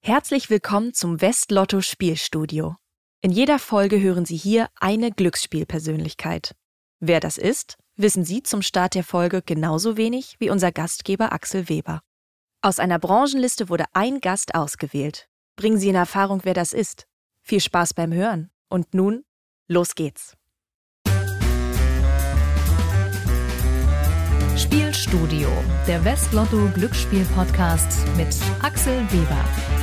Herzlich willkommen zum Westlotto Spielstudio. In jeder Folge hören Sie hier eine Glücksspielpersönlichkeit. Wer das ist, wissen Sie zum Start der Folge genauso wenig wie unser Gastgeber Axel Weber. Aus einer Branchenliste wurde ein Gast ausgewählt. Bringen Sie in Erfahrung, wer das ist. Viel Spaß beim Hören. Und nun, los geht's. Spielstudio, der Westlotto Glücksspiel-Podcast mit Axel Weber.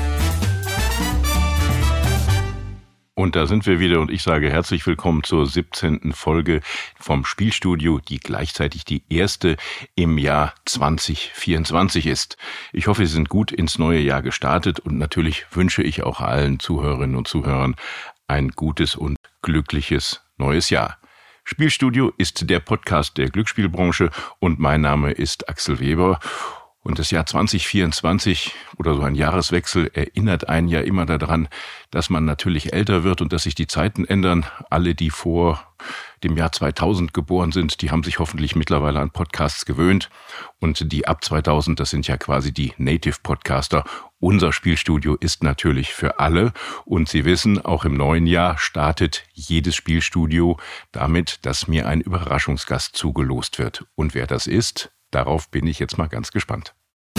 Und da sind wir wieder und ich sage herzlich willkommen zur 17. Folge vom Spielstudio, die gleichzeitig die erste im Jahr 2024 ist. Ich hoffe, Sie sind gut ins neue Jahr gestartet und natürlich wünsche ich auch allen Zuhörerinnen und Zuhörern ein gutes und glückliches neues Jahr. Spielstudio ist der Podcast der Glücksspielbranche und mein Name ist Axel Weber. Und das Jahr 2024 oder so ein Jahreswechsel erinnert einen ja immer daran, dass man natürlich älter wird und dass sich die Zeiten ändern. Alle, die vor dem Jahr 2000 geboren sind, die haben sich hoffentlich mittlerweile an Podcasts gewöhnt. Und die ab 2000, das sind ja quasi die Native-Podcaster. Unser Spielstudio ist natürlich für alle. Und Sie wissen, auch im neuen Jahr startet jedes Spielstudio damit, dass mir ein Überraschungsgast zugelost wird. Und wer das ist, darauf bin ich jetzt mal ganz gespannt.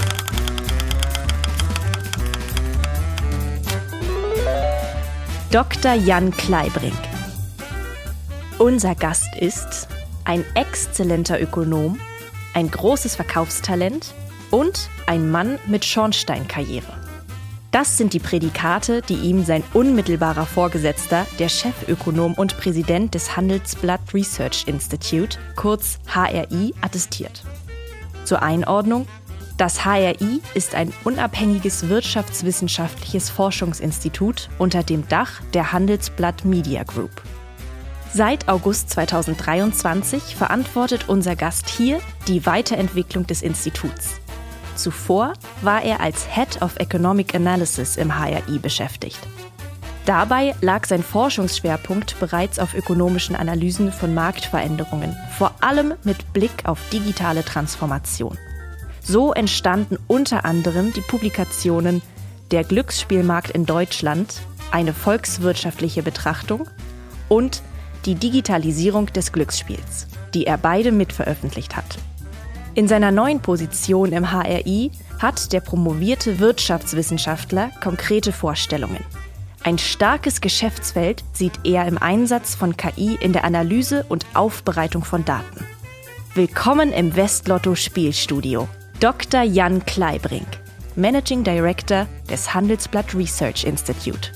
Dr. Jan Kleibrink. Unser Gast ist ein exzellenter Ökonom, ein großes Verkaufstalent und ein Mann mit Schornsteinkarriere. Das sind die Prädikate, die ihm sein unmittelbarer Vorgesetzter, der Chefökonom und Präsident des Handelsblatt Research Institute, kurz HRI, attestiert. Zur Einordnung: Das HRI ist ein unabhängiges wirtschaftswissenschaftliches Forschungsinstitut unter dem Dach der Handelsblatt Media Group. Seit August 2023 verantwortet unser Gast hier die Weiterentwicklung des Instituts. Zuvor war er als Head of Economic Analysis im HRI beschäftigt. Dabei lag sein Forschungsschwerpunkt bereits auf ökonomischen Analysen von Marktveränderungen, vor allem mit Blick auf digitale Transformation. So entstanden unter anderem die Publikationen Der Glücksspielmarkt in Deutschland, eine volkswirtschaftliche Betrachtung und Die Digitalisierung des Glücksspiels, die er beide mitveröffentlicht hat. In seiner neuen Position im HRI hat der promovierte Wirtschaftswissenschaftler konkrete Vorstellungen. Ein starkes Geschäftsfeld sieht er im Einsatz von KI in der Analyse und Aufbereitung von Daten. Willkommen im Westlotto Spielstudio, Dr. Jan Kleibrink, Managing Director des Handelsblatt Research Institute.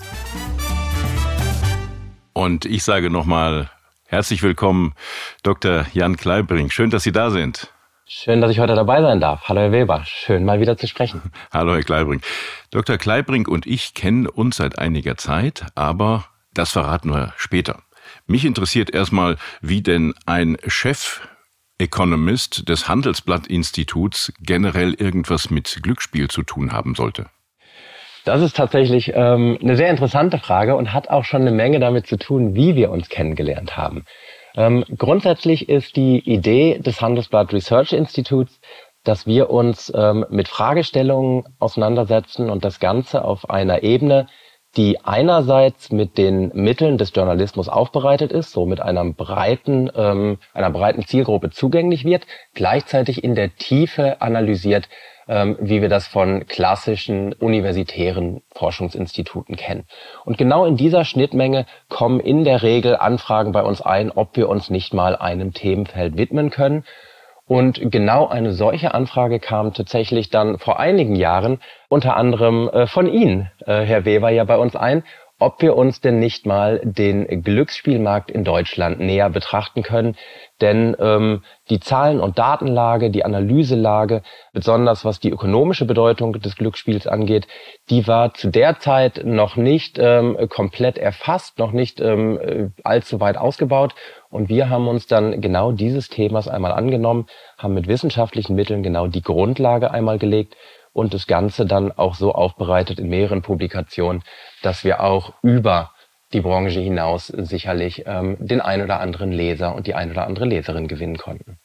Und ich sage nochmal herzlich willkommen, Dr. Jan Kleibrink. Schön, dass Sie da sind. Schön, dass ich heute dabei sein darf. Hallo Herr Weber, schön mal wieder zu sprechen. Hallo Herr Kleibrink. Dr. Kleibrink und ich kennen uns seit einiger Zeit, aber das verraten wir später. Mich interessiert erstmal, wie denn ein Chef-Economist des Handelsblatt-Instituts generell irgendwas mit Glücksspiel zu tun haben sollte. Das ist tatsächlich eine sehr interessante Frage und hat auch schon eine Menge damit zu tun, wie wir uns kennengelernt haben. Grundsätzlich ist die Idee des Handelsblatt Research Instituts, dass wir uns mit Fragestellungen auseinandersetzen und das Ganze auf einer Ebene, die einerseits mit den Mitteln des Journalismus aufbereitet ist, so mit einer breiten Zielgruppe zugänglich wird, gleichzeitig in der Tiefe analysiert, wie wir das von klassischen universitären Forschungsinstituten kennen. Und genau in dieser Schnittmenge kommen in der Regel Anfragen bei uns ein, ob wir uns nicht mal einem Themenfeld widmen können. Und genau eine solche Anfrage kam tatsächlich dann vor einigen Jahren unter anderem von Ihnen, Herr Weber, ja bei uns ein, ob wir uns denn nicht mal den Glücksspielmarkt in Deutschland näher betrachten können. Denn die Zahlen- und Datenlage, die Analyselage, besonders was die ökonomische Bedeutung des Glücksspiels angeht, die war zu der Zeit noch nicht komplett erfasst, noch nicht allzu weit ausgebaut. Und wir haben uns dann genau dieses Themas einmal angenommen, haben mit wissenschaftlichen Mitteln genau die Grundlage einmal gelegt und das Ganze dann auch so aufbereitet in mehreren Publikationen, dass wir auch über die Branche hinaus sicherlich den ein oder anderen Leser und die ein oder andere Leserin gewinnen konnten.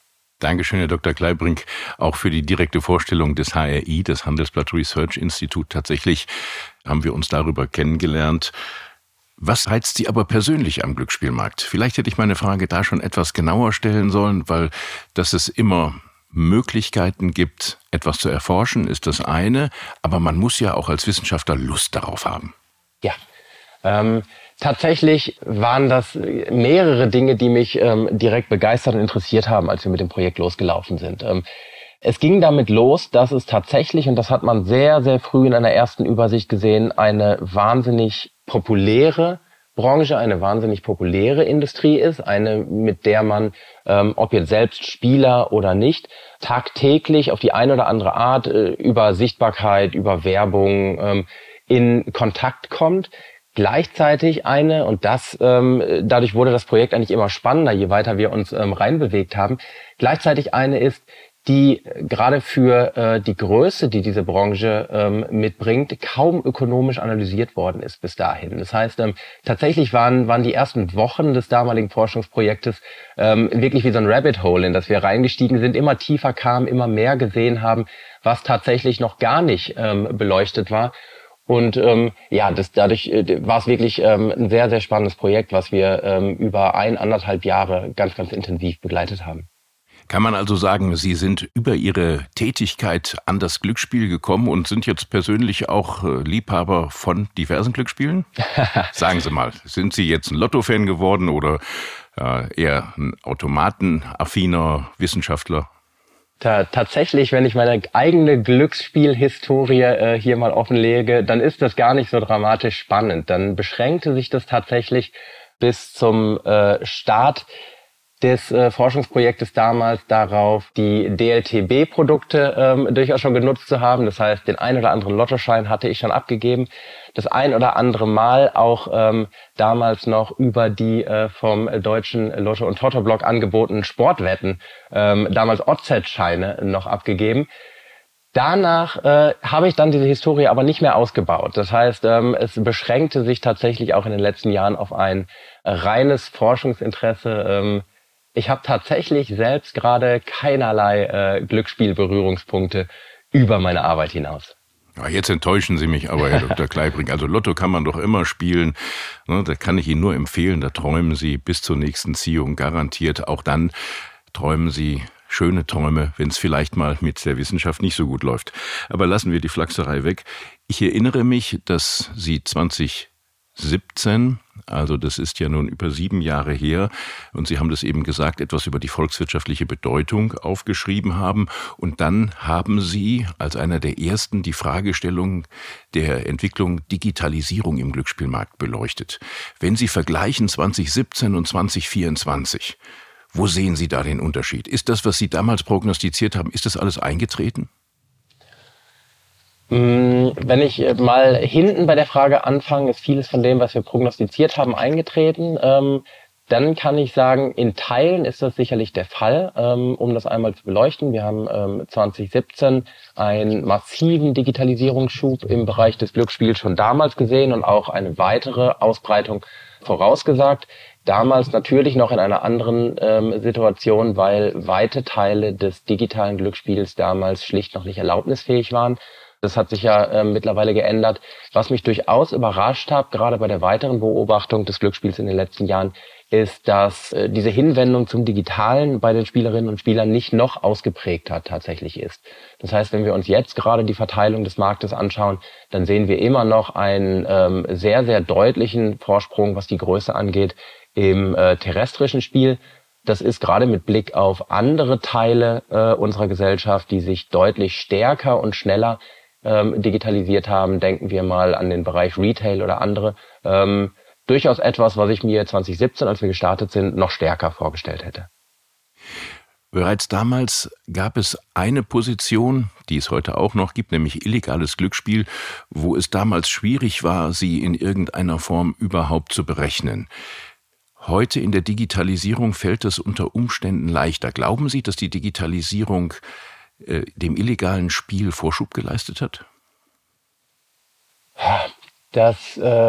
Dankeschön, Herr Dr. Kleibrink, auch für die direkte Vorstellung des HRI, des Handelsblatt Research Institute. Tatsächlich haben wir uns darüber kennengelernt. Was reizt Sie aber persönlich am Glücksspielmarkt? Vielleicht hätte ich meine Frage da schon etwas genauer stellen sollen, weil dass es immer Möglichkeiten gibt, etwas zu erforschen, ist das eine, aber man muss ja auch als Wissenschaftler Lust darauf haben. Ja, tatsächlich waren das mehrere Dinge, die mich direkt begeistert und interessiert haben, als wir mit dem Projekt losgelaufen sind. Es ging damit los, dass es tatsächlich, und das hat man sehr, sehr früh in einer ersten Übersicht gesehen, eine wahnsinnig populäre Branche, eine wahnsinnig populäre Industrie ist, eine, mit der man, ob jetzt selbst Spieler oder nicht, tagtäglich auf die eine oder andere Art über Sichtbarkeit, über Werbung in Kontakt kommt. Gleichzeitig eine, und das dadurch wurde das Projekt eigentlich immer spannender, je weiter wir uns reinbewegt haben, gleichzeitig eine ist, die gerade für die Größe, die diese Branche mitbringt, kaum ökonomisch analysiert worden ist bis dahin. Das heißt, tatsächlich waren die ersten Wochen des damaligen Forschungsprojektes wirklich wie so ein Rabbit Hole, in das wir reingestiegen sind, immer tiefer kamen, immer mehr gesehen haben, was tatsächlich noch gar nicht beleuchtet war. Und dadurch war es wirklich ein sehr, sehr spannendes Projekt, was wir über 1,5 Jahre ganz, ganz intensiv begleitet haben. Kann man also sagen, Sie sind über Ihre Tätigkeit an das Glücksspiel gekommen und sind jetzt persönlich auch Liebhaber von diversen Glücksspielen? Sagen Sie mal, sind Sie jetzt ein Lotto-Fan geworden oder eher ein automatenaffiner Wissenschaftler? Tatsächlich, wenn ich meine eigene Glücksspielhistorie hier mal offenlege, dann ist das gar nicht so dramatisch spannend. Dann beschränkte sich das tatsächlich bis zum Start des Forschungsprojektes damals darauf, die DLTB-Produkte durchaus schon genutzt zu haben. Das heißt, den ein oder anderen Lottoschein hatte ich schon abgegeben. Das ein oder andere Mal auch damals noch über die vom deutschen Lotto- und Toto-Blog angebotenen Sportwetten, damals OZ-Scheine noch abgegeben. Danach habe ich dann diese Historie aber nicht mehr ausgebaut. Das heißt, es beschränkte sich tatsächlich auch in den letzten Jahren auf ein reines Forschungsinteresse. Ich habe tatsächlich selbst gerade keinerlei Glücksspielberührungspunkte über meine Arbeit hinaus. Ja, jetzt enttäuschen Sie mich aber, Herr Dr. Kleibrink. Also Lotto kann man doch immer spielen. Da kann ich Ihnen nur empfehlen, da träumen Sie bis zur nächsten Ziehung garantiert. Auch dann träumen Sie schöne Träume, wenn es vielleicht mal mit der Wissenschaft nicht so gut läuft. Aber lassen wir die Flachserei weg. Ich erinnere mich, dass Sie 2017, also das ist ja nun über 7 Jahre her, und Sie haben das eben gesagt, etwas über die volkswirtschaftliche Bedeutung aufgeschrieben haben. Und dann haben Sie als einer der ersten die Fragestellung der Entwicklung Digitalisierung im Glücksspielmarkt beleuchtet. Wenn Sie vergleichen 2017 und 2024, wo sehen Sie da den Unterschied? Ist das, was Sie damals prognostiziert haben, ist das alles eingetreten? Wenn ich mal hinten bei der Frage anfange, ist vieles von dem, was wir prognostiziert haben, eingetreten. Dann kann ich sagen, in Teilen ist das sicherlich der Fall, um das einmal zu beleuchten. Wir haben 2017 einen massiven Digitalisierungsschub im Bereich des Glücksspiels schon damals gesehen und auch eine weitere Ausbreitung vorausgesagt. Damals natürlich noch in einer anderen Situation, weil weite Teile des digitalen Glücksspiels damals schlicht noch nicht erlaubnisfähig waren. Das hat sich ja mittlerweile geändert. Was mich durchaus überrascht hat, gerade bei der weiteren Beobachtung des Glücksspiels in den letzten Jahren, ist, dass diese Hinwendung zum Digitalen bei den Spielerinnen und Spielern nicht noch ausgeprägter tatsächlich ist. Das heißt, wenn wir uns jetzt gerade die Verteilung des Marktes anschauen, dann sehen wir immer noch einen sehr, sehr deutlichen Vorsprung, was die Größe angeht, im terrestrischen Spiel. Das ist gerade mit Blick auf andere Teile unserer Gesellschaft, die sich deutlich stärker und schneller digitalisiert haben. Denken wir mal an den Bereich Retail oder andere. Durchaus etwas, was ich mir 2017, als wir gestartet sind, noch stärker vorgestellt hätte. Bereits damals gab es eine Position, die es heute auch noch gibt, nämlich illegales Glücksspiel, wo es damals schwierig war, sie in irgendeiner Form überhaupt zu berechnen. Heute in der Digitalisierung fällt es unter Umständen leichter. Glauben Sie, dass die Digitalisierung dem illegalen Spiel Vorschub geleistet hat? Das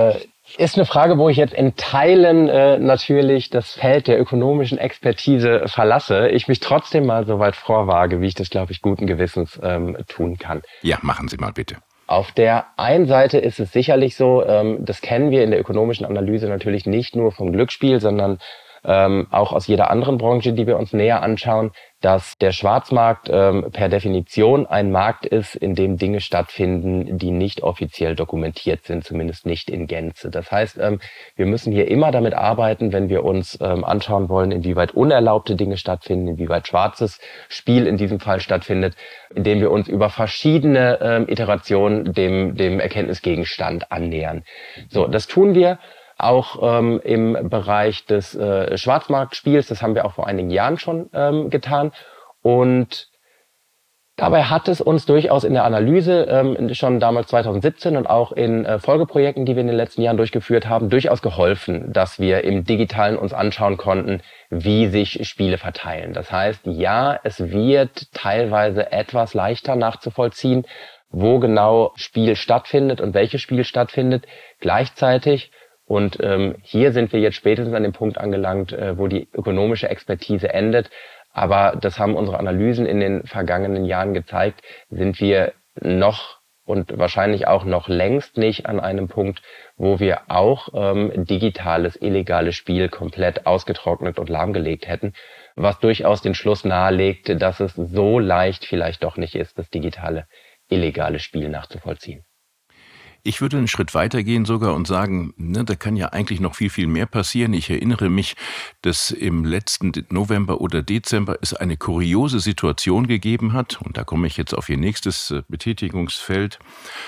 Ist eine Frage, wo ich jetzt in Teilen natürlich das Feld der ökonomischen Expertise verlasse. Ich mich trotzdem mal so weit vorwage, wie ich das, glaube ich, guten Gewissens tun kann. Ja, machen Sie mal bitte. Auf der einen Seite ist es sicherlich so, das kennen wir in der ökonomischen Analyse natürlich nicht nur vom Glücksspiel, sondern auch aus jeder anderen Branche, die wir uns näher anschauen, dass der Schwarzmarkt per Definition ein Markt ist, in dem Dinge stattfinden, die nicht offiziell dokumentiert sind, zumindest nicht in Gänze. Das heißt, wir müssen hier immer damit arbeiten, wenn wir uns anschauen wollen, inwieweit unerlaubte Dinge stattfinden, inwieweit schwarzes Spiel in diesem Fall stattfindet, indem wir uns über verschiedene Iterationen dem Erkenntnisgegenstand annähern. So, das tun wir auch im Bereich des Schwarzmarktspiels. Das haben wir auch vor einigen Jahren schon getan. Und dabei hat es uns durchaus in der Analyse schon damals 2017 und auch in Folgeprojekten, die wir in den letzten Jahren durchgeführt haben, durchaus geholfen, dass wir im Digitalen uns anschauen konnten, wie sich Spiele verteilen. Das heißt, ja, es wird teilweise etwas leichter nachzuvollziehen, wo genau Spiel stattfindet und welches Spiel stattfindet. Gleichzeitig, und hier sind wir jetzt spätestens an dem Punkt angelangt, wo die ökonomische Expertise endet. Aber das haben unsere Analysen in den vergangenen Jahren gezeigt, sind wir noch und wahrscheinlich auch noch längst nicht an einem Punkt, wo wir auch digitales, illegales Spiel komplett ausgetrocknet und lahmgelegt hätten, was durchaus den Schluss nahelegt, dass es so leicht vielleicht doch nicht ist, das digitale, illegale Spiel nachzuvollziehen. Ich würde einen Schritt weitergehen sogar und sagen, da kann ja eigentlich noch viel, viel mehr passieren. Ich erinnere mich, dass im letzten November oder Dezember es eine kuriose Situation gegeben hat, und da komme ich jetzt auf Ihr nächstes Betätigungsfeld,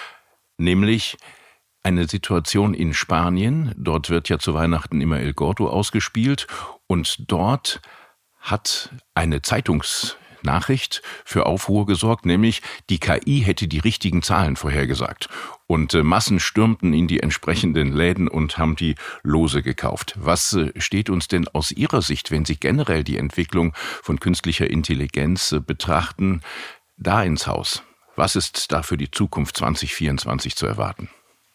nämlich eine Situation in Spanien. Dort wird ja zu Weihnachten immer El Gordo ausgespielt, und dort hat eine Zeitungsnachricht für Aufruhr gesorgt, nämlich die KI hätte die richtigen Zahlen vorhergesagt. Und Massen stürmten in die entsprechenden Läden und haben die Lose gekauft. Was steht uns denn aus Ihrer Sicht, wenn Sie generell die Entwicklung von künstlicher Intelligenz betrachten, da ins Haus? Was ist da für die Zukunft 2024 zu erwarten?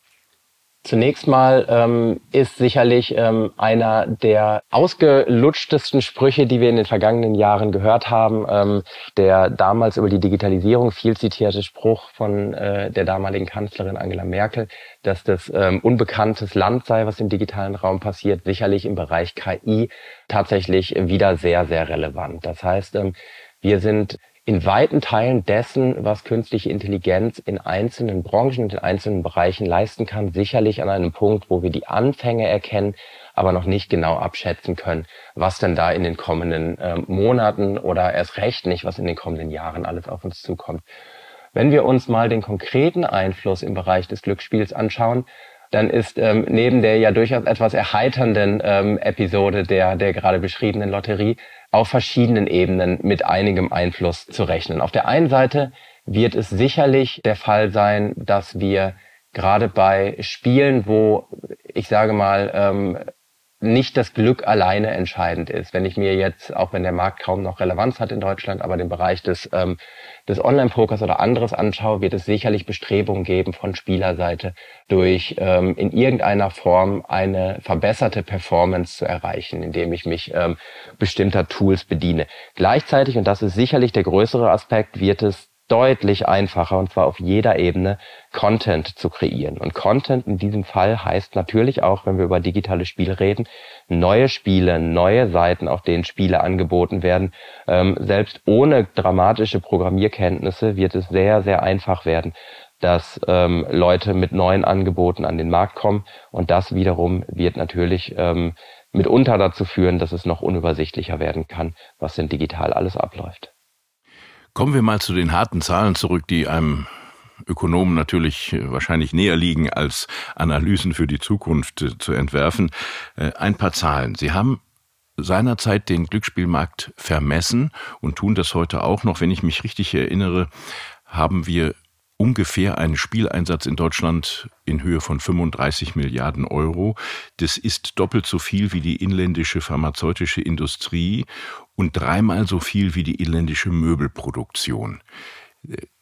Zunächst mal ist sicherlich einer der ausgelutschtesten Sprüche, die wir in den vergangenen Jahren gehört haben, der damals über die Digitalisierung viel zitierte Spruch von der damaligen Kanzlerin Angela Merkel, dass das unbekanntes Land sei, was im digitalen Raum passiert, sicherlich im Bereich KI tatsächlich wieder sehr, sehr relevant. Das heißt, wir sind in weiten Teilen dessen, was künstliche Intelligenz in einzelnen Branchen und in einzelnen Bereichen leisten kann, sicherlich an einem Punkt, wo wir die Anfänge erkennen, aber noch nicht genau abschätzen können, was denn da in den kommenden Monaten oder erst recht nicht, was in den kommenden Jahren alles auf uns zukommt. Wenn wir uns mal den konkreten Einfluss im Bereich des Glücksspiels anschauen, dann ist neben der ja durchaus etwas erheiternden Episode der gerade beschriebenen Lotterie auf verschiedenen Ebenen mit einigem Einfluss zu rechnen. Auf der einen Seite wird es sicherlich der Fall sein, dass wir gerade bei Spielen, wo, ich sage mal, nicht das Glück alleine entscheidend ist. Wenn ich mir jetzt, auch wenn der Markt kaum noch Relevanz hat in Deutschland, aber den Bereich des Online-Pokers oder anderes anschaue, wird es sicherlich Bestrebungen geben von Spielerseite, durch in irgendeiner Form eine verbesserte Performance zu erreichen, indem ich mich bestimmter Tools bediene. Gleichzeitig, und das ist sicherlich der größere Aspekt, wird es deutlich einfacher, und zwar auf jeder Ebene, Content zu kreieren. Und Content in diesem Fall heißt natürlich auch, wenn wir über digitale Spiele reden, neue Spiele, neue Seiten, auf denen Spiele angeboten werden. Selbst ohne dramatische Programmierkenntnisse wird es sehr, sehr einfach werden, dass Leute mit neuen Angeboten an den Markt kommen. Und das wiederum wird natürlich mitunter dazu führen, dass es noch unübersichtlicher werden kann, was denn digital alles abläuft. Kommen wir mal zu den harten Zahlen zurück, die einem Ökonomen natürlich wahrscheinlich näher liegen, als Analysen für die Zukunft zu entwerfen. Ein paar Zahlen. Sie haben seinerzeit den Glücksspielmarkt vermessen und tun das heute auch noch. Wenn ich mich richtig erinnere, haben wir ungefähr einen Spieleinsatz in Deutschland in Höhe von 35 Milliarden Euro. Das ist doppelt so viel wie die inländische pharmazeutische Industrie und dreimal so viel wie die inländische Möbelproduktion.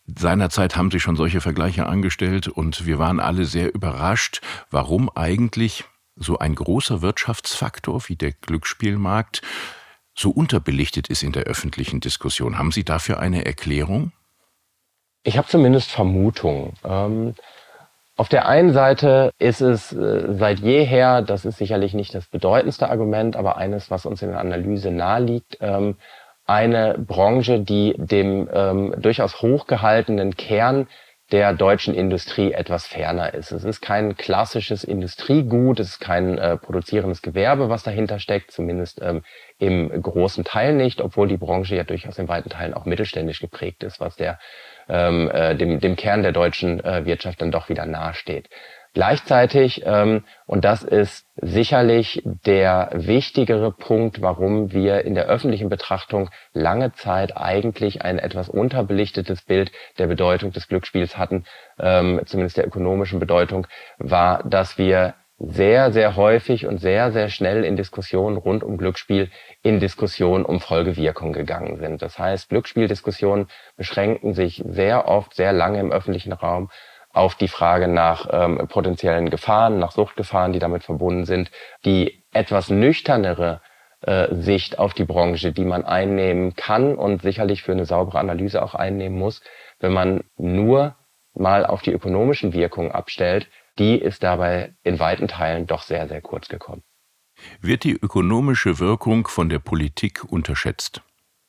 Seinerzeit haben Sie schon solche Vergleiche angestellt und wir waren alle sehr überrascht, warum eigentlich so ein großer Wirtschaftsfaktor wie der Glücksspielmarkt so unterbelichtet ist in der öffentlichen Diskussion. Haben Sie dafür eine Erklärung? Ich habe zumindest Vermutungen. Auf der einen Seite ist es seit jeher, das ist sicherlich nicht das bedeutendste Argument, aber eines, was uns in der Analyse naheliegt, eine Branche, die dem durchaus hochgehaltenen Kern der deutschen Industrie etwas ferner ist. Es ist kein klassisches Industriegut, es ist kein produzierendes Gewerbe, was dahinter steckt, zumindest im großen Teil nicht, obwohl die Branche ja durchaus in weiten Teilen auch mittelständisch geprägt ist, was dem Kern der deutschen Wirtschaft dann doch wieder nahesteht. Gleichzeitig, und das ist sicherlich der wichtigere Punkt, warum wir in der öffentlichen Betrachtung lange Zeit eigentlich ein etwas unterbelichtetes Bild der Bedeutung des Glücksspiels hatten, zumindest der ökonomischen Bedeutung, war, dass wir sehr, sehr häufig und sehr, sehr schnell in Diskussionen rund um Glücksspiel in Diskussionen um Folgewirkung gegangen sind. Das heißt, Glücksspieldiskussionen beschränken sich sehr oft, sehr lange im öffentlichen Raum auf die Frage nach potenziellen Gefahren, nach Suchtgefahren, die damit verbunden sind. Die etwas nüchternere Sicht auf die Branche, die man einnehmen kann und sicherlich für eine saubere Analyse auch einnehmen muss, wenn man nur mal auf die ökonomischen Wirkungen abstellt, die ist dabei in weiten Teilen doch sehr, sehr kurz gekommen. Wird die ökonomische Wirkung von der Politik unterschätzt?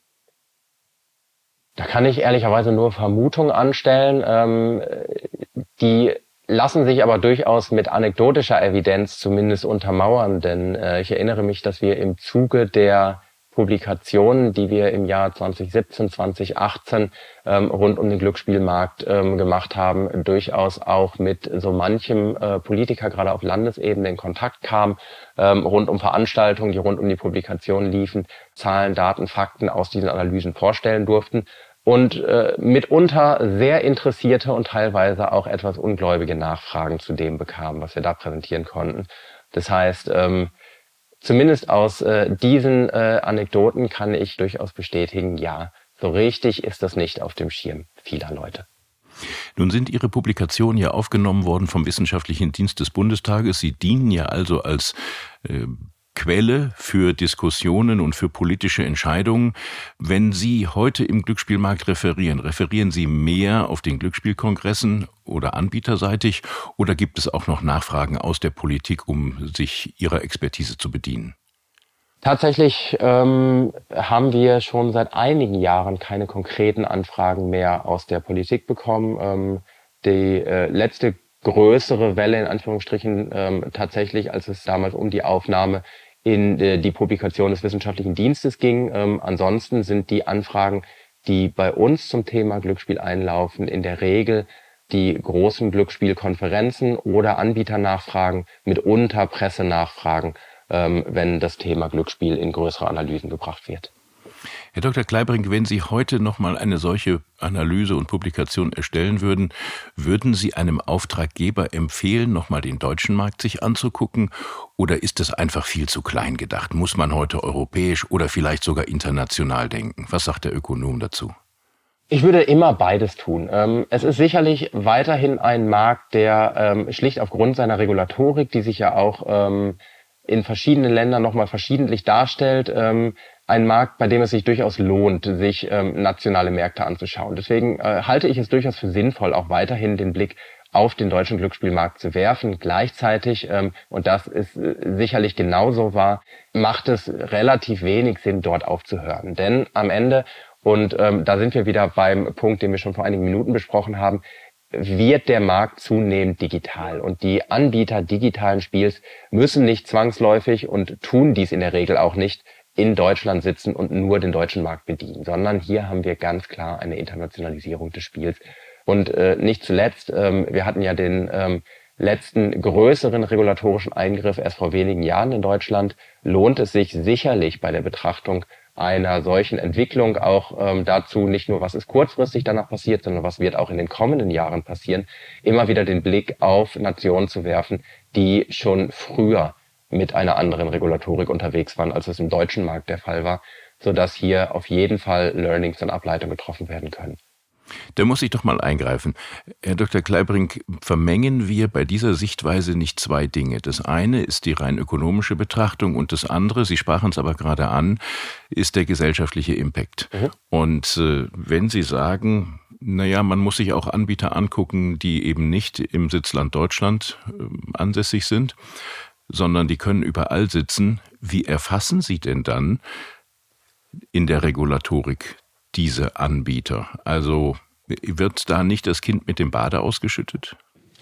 Da kann ich ehrlicherweise nur Vermutungen anstellen. Die lassen sich aber durchaus mit anekdotischer Evidenz zumindest untermauern, denn ich erinnere mich, dass wir im Zuge der Publikationen, die wir im Jahr 2017, 2018 rund um den Glücksspielmarkt gemacht haben, durchaus auch mit so manchem Politiker gerade auf Landesebene in Kontakt kam, rund um Veranstaltungen, die rund um die Publikationen liefen, Zahlen, Daten, Fakten aus diesen Analysen vorstellen durften und mitunter sehr interessierte und teilweise auch etwas ungläubige Nachfragen zu dem bekamen, was wir da präsentieren konnten. Das heißt, zumindest aus diesen Anekdoten kann ich durchaus bestätigen, ja, so richtig ist das nicht auf dem Schirm vieler Leute. Nun sind Ihre Publikationen ja aufgenommen worden vom Wissenschaftlichen Dienst des Bundestages. Sie dienen ja also als Quelle für Diskussionen und für politische Entscheidungen. Wenn Sie heute im Glücksspielmarkt referieren Sie mehr auf den Glücksspielkongressen oder anbieterseitig oder gibt es auch noch Nachfragen aus der Politik, um sich Ihrer Expertise zu bedienen? Tatsächlich haben wir schon seit einigen Jahren keine konkreten Anfragen mehr aus der Politik bekommen. Die letzte größere Welle in Anführungsstrichen tatsächlich, als es damals um die Aufnahme in die Publikation des Wissenschaftlichen Dienstes ging. Ansonsten sind die Anfragen, die bei uns zum Thema Glücksspiel einlaufen, in der Regel die großen Glücksspielkonferenzen oder Anbieternachfragen, mitunter Pressenachfragen, wenn das Thema Glücksspiel in größere Analysen gebracht wird. Herr Dr. Kleibrink, wenn Sie heute nochmal eine solche Analyse und Publikation erstellen würden, würden Sie einem Auftraggeber empfehlen, nochmal den deutschen Markt sich anzugucken? Oder ist es einfach viel zu klein gedacht? Muss man heute europäisch oder vielleicht sogar international denken? Was sagt der Ökonom dazu? Ich würde immer beides tun. Es ist sicherlich weiterhin ein Markt, der schlicht aufgrund seiner Regulatorik, die sich ja auch in verschiedenen Ländern nochmal verschiedentlich darstellt, ein Markt, bei dem es sich durchaus lohnt, sich nationale Märkte anzuschauen. Deswegen halte ich es durchaus für sinnvoll, auch weiterhin den Blick auf den deutschen Glücksspielmarkt zu werfen. Gleichzeitig, und das ist sicherlich genauso wahr, macht es relativ wenig Sinn, dort aufzuhören. Denn am Ende, und da sind wir wieder beim Punkt, den wir schon vor einigen Minuten besprochen haben, wird der Markt zunehmend digital. Und die Anbieter digitalen Spiels müssen nicht zwangsläufig und tun dies in der Regel auch nicht, in Deutschland sitzen und nur den deutschen Markt bedienen, sondern hier haben wir ganz klar eine Internationalisierung des Spiels. Und nicht zuletzt, wir hatten ja den letzten größeren regulatorischen Eingriff erst vor wenigen Jahren in Deutschland, lohnt es sich sicherlich bei der Betrachtung einer solchen Entwicklung auch dazu, nicht nur was ist kurzfristig danach passiert, sondern was wird auch in den kommenden Jahren passieren, immer wieder den Blick auf Nationen zu werfen, die schon früher mit einer anderen Regulatorik unterwegs waren, als es im deutschen Markt der Fall war, sodass hier auf jeden Fall Learnings und Ableitungen getroffen werden können. Da muss ich doch mal eingreifen. Herr Dr. Kleibrink, vermengen wir bei dieser Sichtweise nicht zwei Dinge. Das eine ist die rein ökonomische Betrachtung und das andere, Sie sprachen es aber gerade an, ist der gesellschaftliche Impact. Und wenn Sie sagen, naja, man muss sich auch Anbieter angucken, die eben nicht im Sitzland Deutschland ansässig sind, sondern die können überall sitzen. Wie erfassen Sie denn dann in der Regulatorik diese Anbieter? Also wird da nicht das Kind mit dem Bade ausgeschüttet?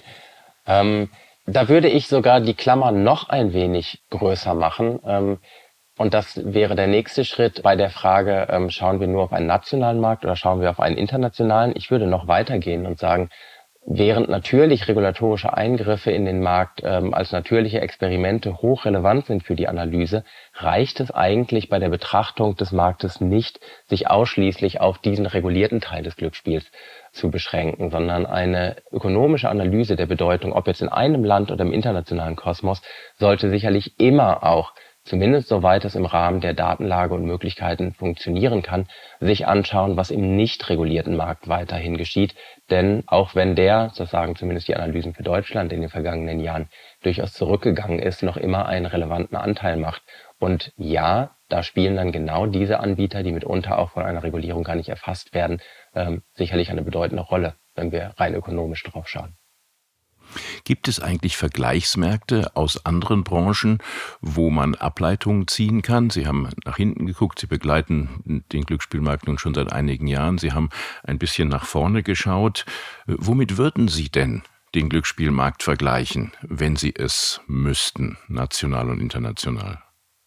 Da würde ich sogar die Klammer noch ein wenig größer machen. Und das wäre der nächste Schritt bei der Frage, schauen wir nur auf einen nationalen Markt oder schauen wir auf einen internationalen? Ich würde noch weitergehen und sagen, während natürlich regulatorische Eingriffe in den Markt als natürliche Experimente hochrelevant sind für die Analyse, reicht es eigentlich bei der Betrachtung des Marktes nicht, sich ausschließlich auf diesen regulierten Teil des Glücksspiels zu beschränken, sondern eine ökonomische Analyse der Bedeutung, ob jetzt in einem Land oder im internationalen Kosmos, sollte sicherlich immer auch, zumindest soweit es im Rahmen der Datenlage und Möglichkeiten funktionieren kann, sich anschauen, was im nicht regulierten Markt weiterhin geschieht. Denn auch wenn der, das sagen zumindest die Analysen für Deutschland in den vergangenen Jahren, durchaus zurückgegangen ist, noch immer einen relevanten Anteil macht. Und ja, da spielen dann genau diese Anbieter, die mitunter auch von einer Regulierung gar nicht erfasst werden, sicherlich eine bedeutende Rolle, wenn wir rein ökonomisch drauf schauen. Gibt es eigentlich Vergleichsmärkte aus anderen Branchen, wo man Ableitungen ziehen kann? Sie haben nach hinten geguckt, Sie begleiten den Glücksspielmarkt nun schon seit einigen Jahren. Sie haben ein bisschen nach vorne geschaut. Womit würden Sie denn den Glücksspielmarkt vergleichen, wenn Sie es müssten, national und international?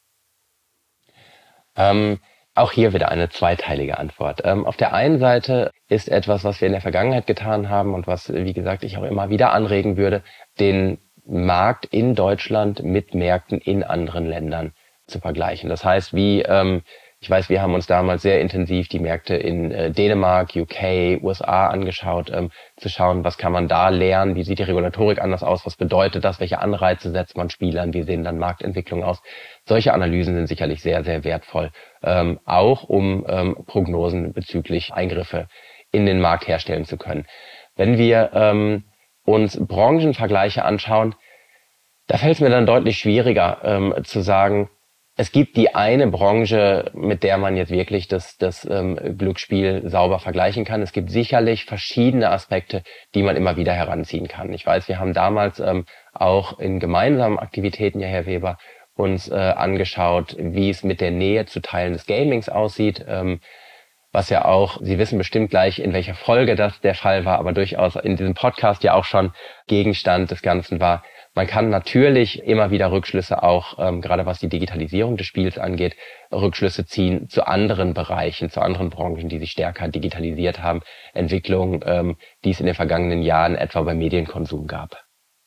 Auch hier wieder eine zweiteilige Antwort. Auf der einen Seite ist etwas, was wir in der Vergangenheit getan haben und was, wie gesagt, ich auch immer wieder anregen würde, den Markt in Deutschland mit Märkten in anderen Ländern zu vergleichen. Das heißt, ich weiß, wir haben uns damals sehr intensiv die Märkte in Dänemark, UK, USA angeschaut, zu schauen, was kann man da lernen, wie sieht die Regulatorik anders aus, was bedeutet das, welche Anreize setzt man Spielern, wie sehen dann Marktentwicklungen aus. Solche Analysen sind sicherlich sehr, sehr wertvoll, auch um Prognosen bezüglich Eingriffe in den Markt herstellen zu können. Wenn wir uns Branchenvergleiche anschauen, da fällt es mir dann deutlich schwieriger zu sagen, es gibt die eine Branche, mit der man jetzt wirklich das Glücksspiel sauber vergleichen kann. Es gibt sicherlich verschiedene Aspekte, die man immer wieder heranziehen kann. Ich weiß, wir haben damals auch in gemeinsamen Aktivitäten, ja Herr Weber, uns angeschaut, wie es mit der Nähe zu Teilen des Gamings aussieht, was ja auch, Sie wissen bestimmt gleich, in welcher Folge das der Fall war, aber durchaus in diesem Podcast ja auch schon Gegenstand des Ganzen war. Man kann natürlich immer wieder Rückschlüsse auch, gerade was die Digitalisierung des Spiels angeht, Rückschlüsse ziehen zu anderen Bereichen, zu anderen Branchen, die sich stärker digitalisiert haben, Entwicklungen, die es in den vergangenen Jahren etwa beim Medienkonsum gab.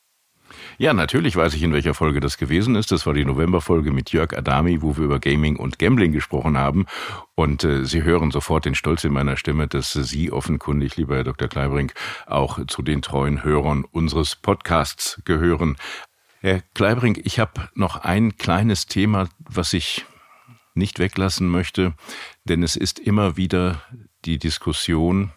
Ja, natürlich weiß ich, in welcher Folge das gewesen ist. Das war die Novemberfolge mit Jörg Adami, wo wir über Gaming und Gambling gesprochen haben. Und Sie hören sofort den Stolz in meiner Stimme, dass Sie offenkundig, lieber Herr Dr. Kleibrink, auch zu den treuen Hörern unseres Podcasts gehören. Herr Kleibrink, ich habe noch ein kleines Thema, was ich nicht weglassen möchte, denn es ist immer wieder die Diskussion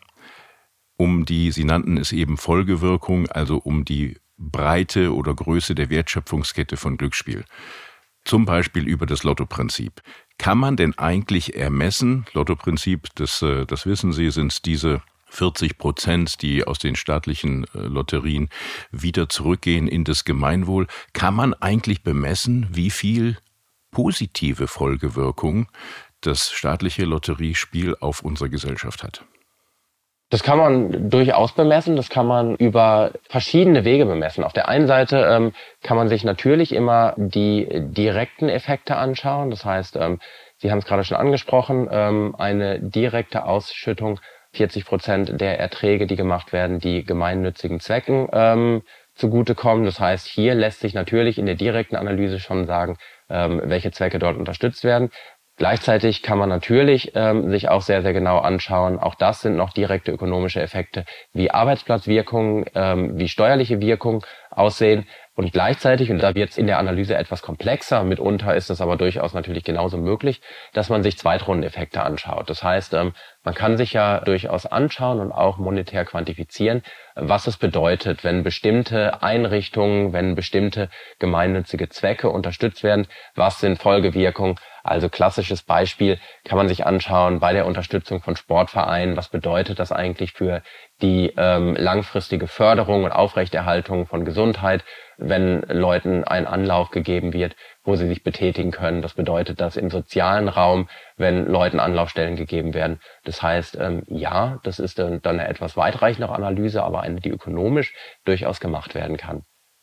um die, Sie nannten es eben Folgewirkung, also um die Breite oder Größe der Wertschöpfungskette von Glücksspiel. Zum Beispiel über das Lottoprinzip. Kann man denn eigentlich ermessen, Lottoprinzip, das wissen Sie, sind es diese 40%, die aus den staatlichen Lotterien wieder zurückgehen in das Gemeinwohl. Kann man eigentlich bemessen, wie viel positive Folgewirkung das staatliche Lotteriespiel auf unsere Gesellschaft hat? Das kann man durchaus bemessen, das kann man über verschiedene Wege bemessen. Auf der einen Seite kann man sich natürlich immer die direkten Effekte anschauen. Das heißt, Sie haben es gerade schon angesprochen, eine direkte Ausschüttung, 40% der Erträge, die gemacht werden, die gemeinnützigen Zwecken zugutekommen. Das heißt, hier lässt sich natürlich in der direkten Analyse schon sagen, welche Zwecke dort unterstützt werden. Gleichzeitig kann man natürlich sich auch sehr, sehr genau anschauen, auch das sind noch direkte ökonomische Effekte, wie Arbeitsplatzwirkungen, wie steuerliche Wirkung aussehen. Und gleichzeitig, und da wird es in der Analyse etwas komplexer, mitunter ist es aber durchaus natürlich genauso möglich, dass man sich Zweitrundeneffekte anschaut. Das heißt, man kann sich ja durchaus anschauen und auch monetär quantifizieren, was es bedeutet, wenn bestimmte Einrichtungen, wenn bestimmte gemeinnützige Zwecke unterstützt werden. Was sind Folgewirkungen? Also klassisches Beispiel kann man sich anschauen bei der Unterstützung von Sportvereinen. Was bedeutet das eigentlich für die langfristige Förderung und Aufrechterhaltung von Gesundheit, wenn Leuten ein Anlauf gegeben wird, wo sie sich betätigen können? Was bedeutet das im sozialen Raum, wenn Leuten Anlaufstellen gegeben werden? Das heißt, ja, das ist dann eine etwas weitreichendere Analyse, aber eine, die ökonomisch durchaus gemacht werden kann.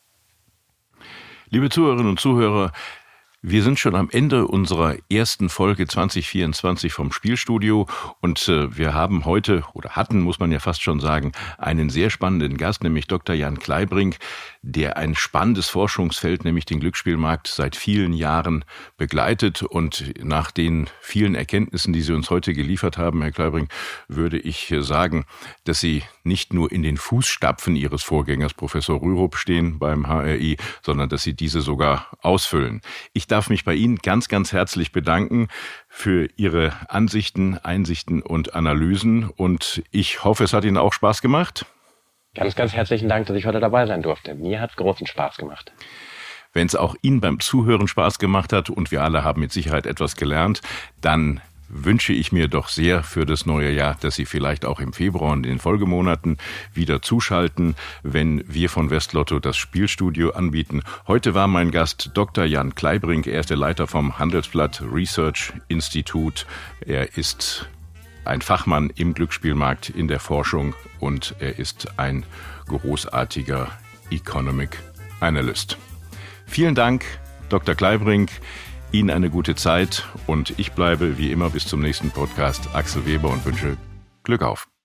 Liebe Zuhörerinnen und Zuhörer, wir sind schon am Ende unserer ersten Folge 2024 vom Spielstudio und wir haben heute, oder hatten, muss man ja fast schon sagen, einen sehr spannenden Gast, nämlich Dr. Jan Kleibrink, der ein spannendes Forschungsfeld, nämlich den Glücksspielmarkt, seit vielen Jahren begleitet. Und nach den vielen Erkenntnissen, die Sie uns heute geliefert haben, Herr Kleibrink, würde ich sagen, dass Sie nicht nur in den Fußstapfen Ihres Vorgängers Professor Rürup stehen beim HRI, sondern dass Sie diese sogar ausfüllen. Ich darf mich bei Ihnen ganz, ganz herzlich bedanken für Ihre Ansichten, Einsichten und Analysen. Und ich hoffe, es hat Ihnen auch Spaß gemacht. Ganz, ganz herzlichen Dank, dass ich heute dabei sein durfte. Mir hat es großen Spaß gemacht. Wenn es auch Ihnen beim Zuhören Spaß gemacht hat und wir alle haben mit Sicherheit etwas gelernt, dann wünsche ich mir doch sehr für das neue Jahr, dass Sie vielleicht auch im Februar und in den Folgemonaten wieder zuschalten, wenn wir von Westlotto das Spielstudio anbieten. Heute war mein Gast Dr. Jan Kleibrink. Er ist der Leiter vom Handelsblatt Research Institut. Er ist ein Fachmann im Glücksspielmarkt, in der Forschung und er ist ein großartiger Economic Analyst. Vielen Dank, Dr. Kleibrink. Ihnen eine gute Zeit und ich bleibe wie immer bis zum nächsten Podcast Axel Weber und wünsche Glück auf.